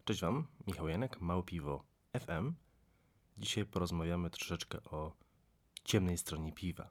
Cześć Wam, Michał Janek, Małe Piwo FM. Dzisiaj porozmawiamy troszeczkę o ciemnej stronie piwa.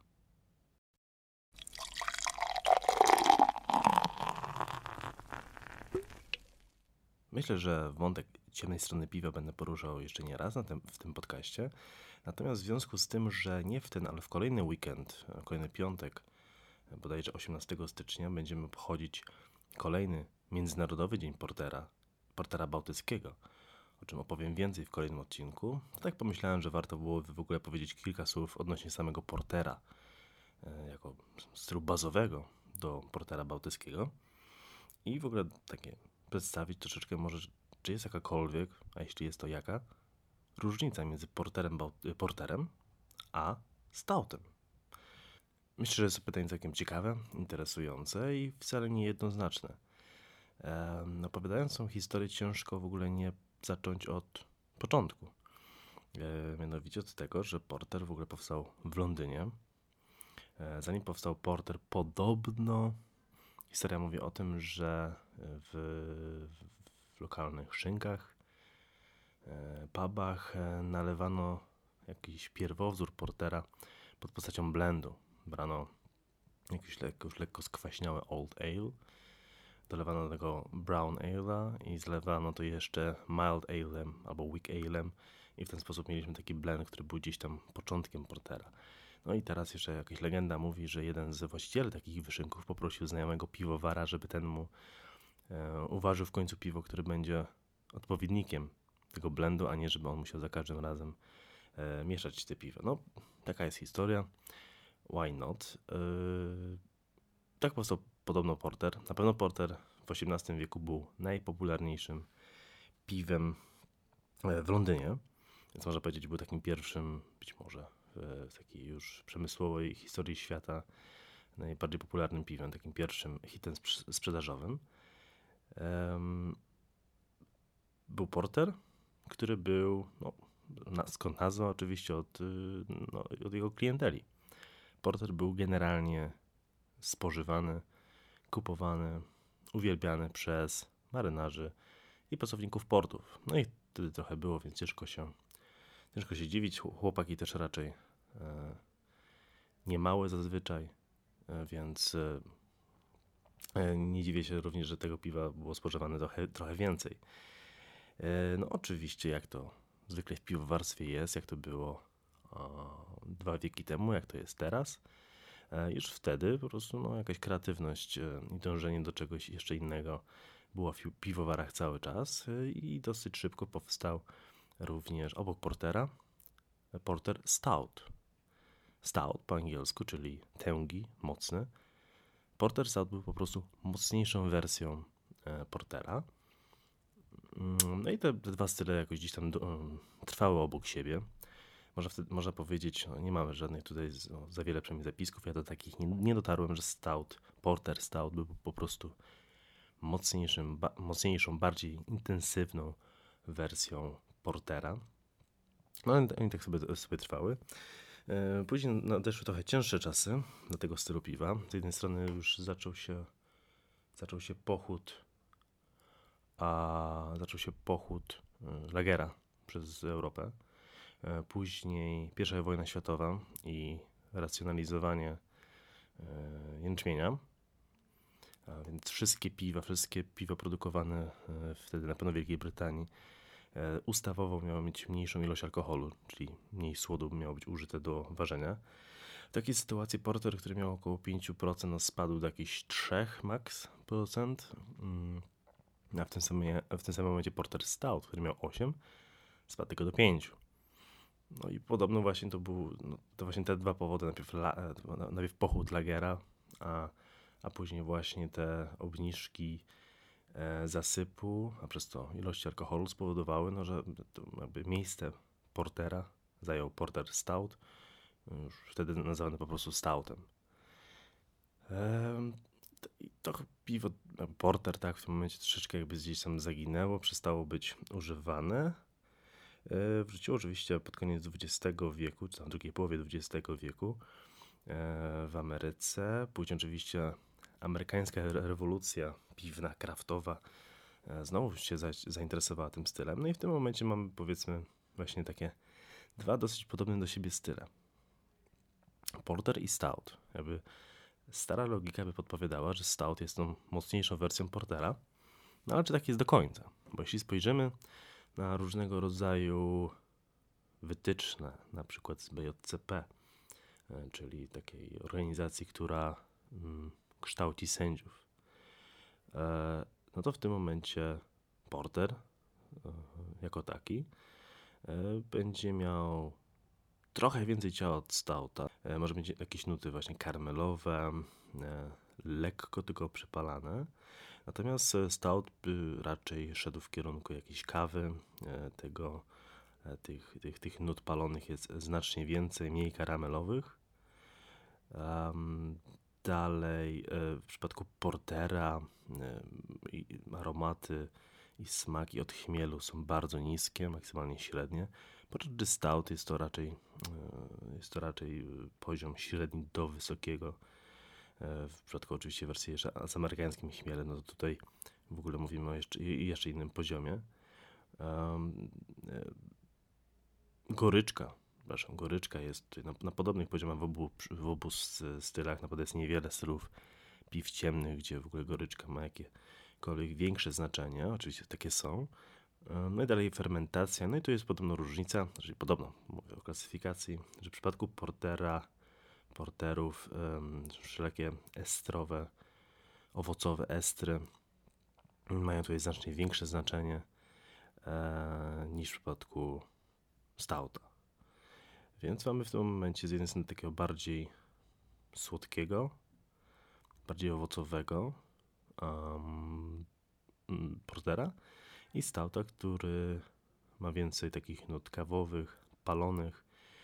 Myślę, że wątek ciemnej strony piwa będę poruszał jeszcze nie raz w tym podcaście. Natomiast w związku z tym, że nie w ten, ale w kolejny weekend, kolejny piątek, bodajże 18 stycznia, będziemy obchodzić kolejny Międzynarodowy Dzień Portera Bałtyckiego, o czym opowiem więcej w kolejnym odcinku. To tak pomyślałem, że warto byłoby w ogóle powiedzieć kilka słów odnośnie samego portera, jako stylu bazowego do portera bałtyckiego i w ogóle takie przedstawić troszeczkę może, czy jest jakakolwiek, a jeśli jest to jaka, różnica między porterem a stoutem. Myślę, że jest to pytanie całkiem ciekawe, interesujące i wcale niejednoznaczne. Opowiadając tą historię, ciężko w ogóle nie zacząć od początku. Mianowicie od tego, że porter w ogóle powstał w Londynie. Zanim powstał porter, podobno historia mówi o tym, że w lokalnych szynkach, pubach nalewano jakiś pierwowzór portera pod postacią blendu. Brano jakiś lekko skwaśniały Old Ale, dolewano do tego Brown Ale'a i zlewano to jeszcze Mild Ale'em albo Weak Ale'em i w ten sposób mieliśmy taki blend, który był gdzieś tam początkiem portera. No i teraz jeszcze jakaś legenda mówi, że jeden z właścicieli takich wyszynków poprosił znajomego piwowara, żeby ten mu uważył w końcu piwo, które będzie odpowiednikiem tego blendu, a nie żeby on musiał za każdym razem mieszać te piwa. No, taka jest historia. Why not? Tak powstał podobno porter. Na pewno porter w XVIII wieku był najpopularniejszym piwem w Londynie. Więc można powiedzieć, był takim pierwszym, być może w takiej już przemysłowej historii świata, najbardziej popularnym piwem, takim pierwszym hitem sprzedażowym. Był porter, który był, skąd nazwa? Oczywiście od jego klienteli. Porter był generalnie spożywany, kupowany, uwielbiany przez marynarzy i pracowników portów. No i wtedy trochę było, więc ciężko się dziwić. Chłopaki też raczej niemałe zazwyczaj, więc nie dziwię się również, że tego piwa było spożywane trochę więcej. No oczywiście, jak to zwykle w piwowarstwie jest, jak to było 2 wieki temu, jak to jest teraz. Już wtedy po prostu jakaś kreatywność i dążenie do czegoś jeszcze innego było w piwowarach cały czas i dosyć szybko powstał również obok portera porter stout. Stout po angielsku, czyli tęgi, mocny. Porter stout był po prostu mocniejszą wersją portera. No i te dwa style jakoś gdzieś tam trwały obok siebie. Można powiedzieć, nie mamy żadnych tutaj za wiele przynajmniej zapisków, ja do takich nie dotarłem, że porter stout był po prostu mocniejszą, bardziej intensywną wersją portera. No oni tak sobie trwały. Później nadeszły trochę cięższe czasy dla tego stylu piwa. Z jednej strony już zaczął się pochód lagera przez Europę. Później I wojna światowa i racjonalizowanie jęczmienia. A więc wszystkie piwa produkowane wtedy na pewno w Wielkiej Brytanii ustawowo miały mieć mniejszą ilość alkoholu, czyli mniej słodu miało być użyte do ważenia. W takiej sytuacji porter, który miał około 5%, spadł do jakichś 3 max procent. A w tym samym momencie porter stout, który miał 8, spadł tylko do 5. No i podobno właśnie to właśnie te dwa powody, najpierw pochód lagera, a później właśnie te obniżki zasypu, a przez to ilości alkoholu spowodowały, że to jakby miejsce portera zajął porter stout, już wtedy nazywany po prostu stoutem. I to piwo, porter, tak, w tym momencie troszeczkę jakby gdzieś tam zaginęło, przestało być używane. Wróciło oczywiście pod koniec XX wieku, czy tam drugiej połowie XX wieku w Ameryce. Później oczywiście amerykańska rewolucja piwna, kraftowa Znowu się zainteresowała tym stylem. No i w tym momencie mamy, powiedzmy, właśnie takie dwa dosyć podobne do siebie style. Porter i Stout. Jakby stara logika by podpowiadała, że Stout jest tą mocniejszą wersją Portera. No ale czy tak jest do końca? Bo jeśli spojrzymy na różnego rodzaju wytyczne, na przykład z BJCP, czyli takiej organizacji, która kształci sędziów, no to w tym momencie Porter jako taki będzie miał trochę więcej ciała od Stouta. Może mieć jakieś nuty właśnie karmelowe, lekko tylko przypalane. Natomiast Stout by raczej szedł w kierunku jakiejś kawy. Tych nut palonych jest znacznie więcej, mniej karamelowych. Dalej w przypadku Portera aromaty i smaki od chmielu są bardzo niskie, maksymalnie średnie. Podczas gdy Stout jest to raczej poziom średni do wysokiego. W przypadku oczywiście wersji jeszcze z amerykańskim chmielem, no to tutaj w ogóle mówimy o jeszcze innym poziomie. Goryczka jest na podobnych poziomach w obu stylach. Naprawdę jest niewiele stylów piw ciemnych, gdzie w ogóle goryczka ma jakiekolwiek większe znaczenie. Oczywiście takie są. No i dalej fermentacja. No i tu jest podobno różnica, czyli podobno, mówię o klasyfikacji, że w przypadku porterów wszelakie estrowe, owocowe estry mają tutaj znacznie większe znaczenie niż w przypadku Stouta. Więc mamy w tym momencie z jednej strony takiego bardziej słodkiego, bardziej owocowego portera i Stouta, który ma więcej takich nut kawowych, palonych,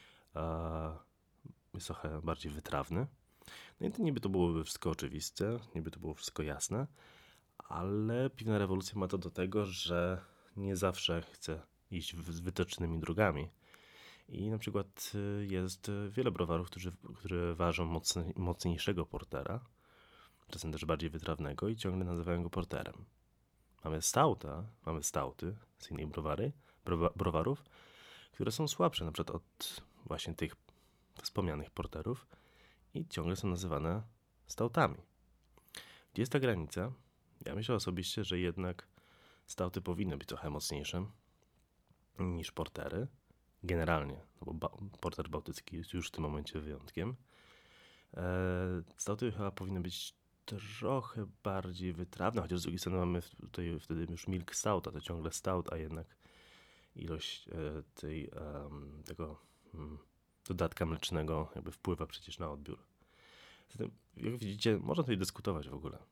jest trochę bardziej wytrawny. No i to niby to byłoby wszystko oczywiste, niby to było wszystko jasne, ale piwna rewolucja ma to do tego, że nie zawsze chce iść wytycznymi drogami. I na przykład jest wiele browarów, które ważą mocniejszego portera, czasem też bardziej wytrawnego i ciągle nazywają go porterem. Mamy stouty z innych browarów, które są słabsze, na przykład od właśnie tych wspomnianych porterów i ciągle są nazywane stoutami. Gdzie jest ta granica? Ja myślę osobiście, że jednak stouty powinny być trochę mocniejsze niż portery. Generalnie, no bo porter bałtycki jest już w tym momencie wyjątkiem. Stouty chyba powinny być trochę bardziej wytrawne, chociaż z drugiej strony mamy tutaj wtedy już milk stout, a to ciągle stout, a jednak ilość tego dodatka mlecznego jakby wpływa przecież na odbiór. Zatem, jak widzicie, można tutaj dyskutować w ogóle,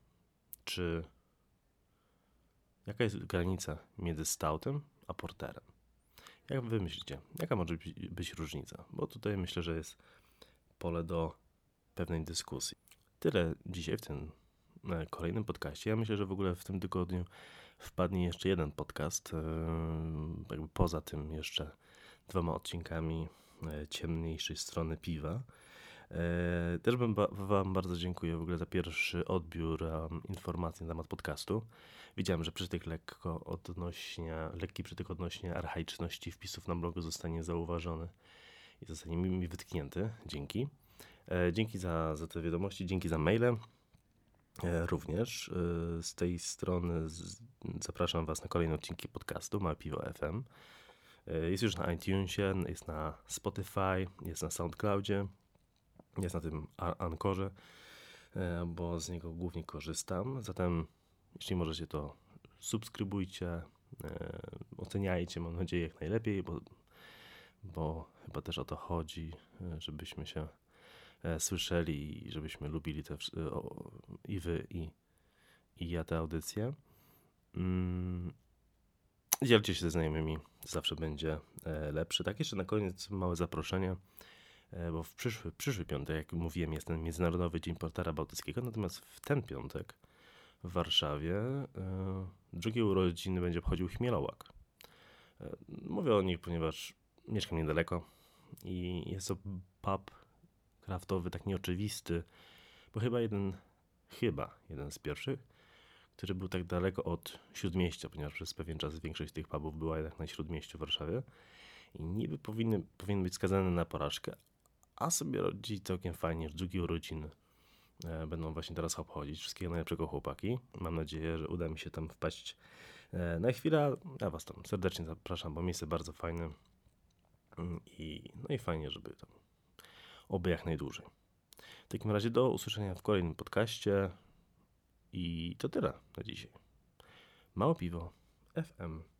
jaka jest granica między stoutem a porterem. Jak wy myślicie, jaka może być różnica? Bo tutaj myślę, że jest pole do pewnej dyskusji. Tyle dzisiaj w tym kolejnym podcaście. Ja myślę, że w ogóle w tym tygodniu wpadnie jeszcze jeden podcast, jakby poza tym jeszcze 2 odcinkami ciemniejszej strony piwa. Też wam bardzo dziękuję w ogóle za pierwszy odbiór informacji na temat podcastu. Widziałem, że lekki przytyk odnośnie archaiczności wpisów na blogu zostanie zauważony i zostanie mi wytknięty. Dzięki. Dzięki za te wiadomości, dzięki za maile. Również z tej strony zapraszam was na kolejne odcinki podcastu Małe Piwo FM. Jest już na iTunesie, jest na Spotify, jest na SoundCloudzie, jest na tym Anchorze, bo z niego głównie korzystam. Zatem jeśli możecie, to subskrybujcie, oceniajcie, mam nadzieję, jak najlepiej, bo chyba też o to chodzi, żebyśmy się słyszeli i żebyśmy lubili i wy, i ja tę audycję. Dzielcie się ze znajomymi, zawsze będzie lepszy. Tak, jeszcze na koniec małe zaproszenie, bo w przyszły piątek, jak mówiłem, jest ten Międzynarodowy Dzień Portera Bałtyckiego, natomiast w ten piątek w Warszawie drugie urodziny będzie obchodził Chmielołak. Mówię o nich, ponieważ mieszkam niedaleko i jest to pub kraftowy, tak nieoczywisty, bo chyba jeden z pierwszych, który był tak daleko od Śródmieścia, ponieważ przez pewien czas większość z tych pubów była jednak na Śródmieściu w Warszawie i niby powinien być skazany na porażkę, a sobie radzi całkiem fajnie, że drugie urodziny będą właśnie teraz obchodzić. Wszystkiego najlepszego, chłopaki. Mam nadzieję, że uda mi się tam wpaść na chwilę. Ja was tam serdecznie zapraszam, bo miejsce bardzo fajne i fajnie, żeby tam oby jak najdłużej. W takim razie do usłyszenia w kolejnym podcaście i to tyle na dzisiaj. Małe Piwo FM.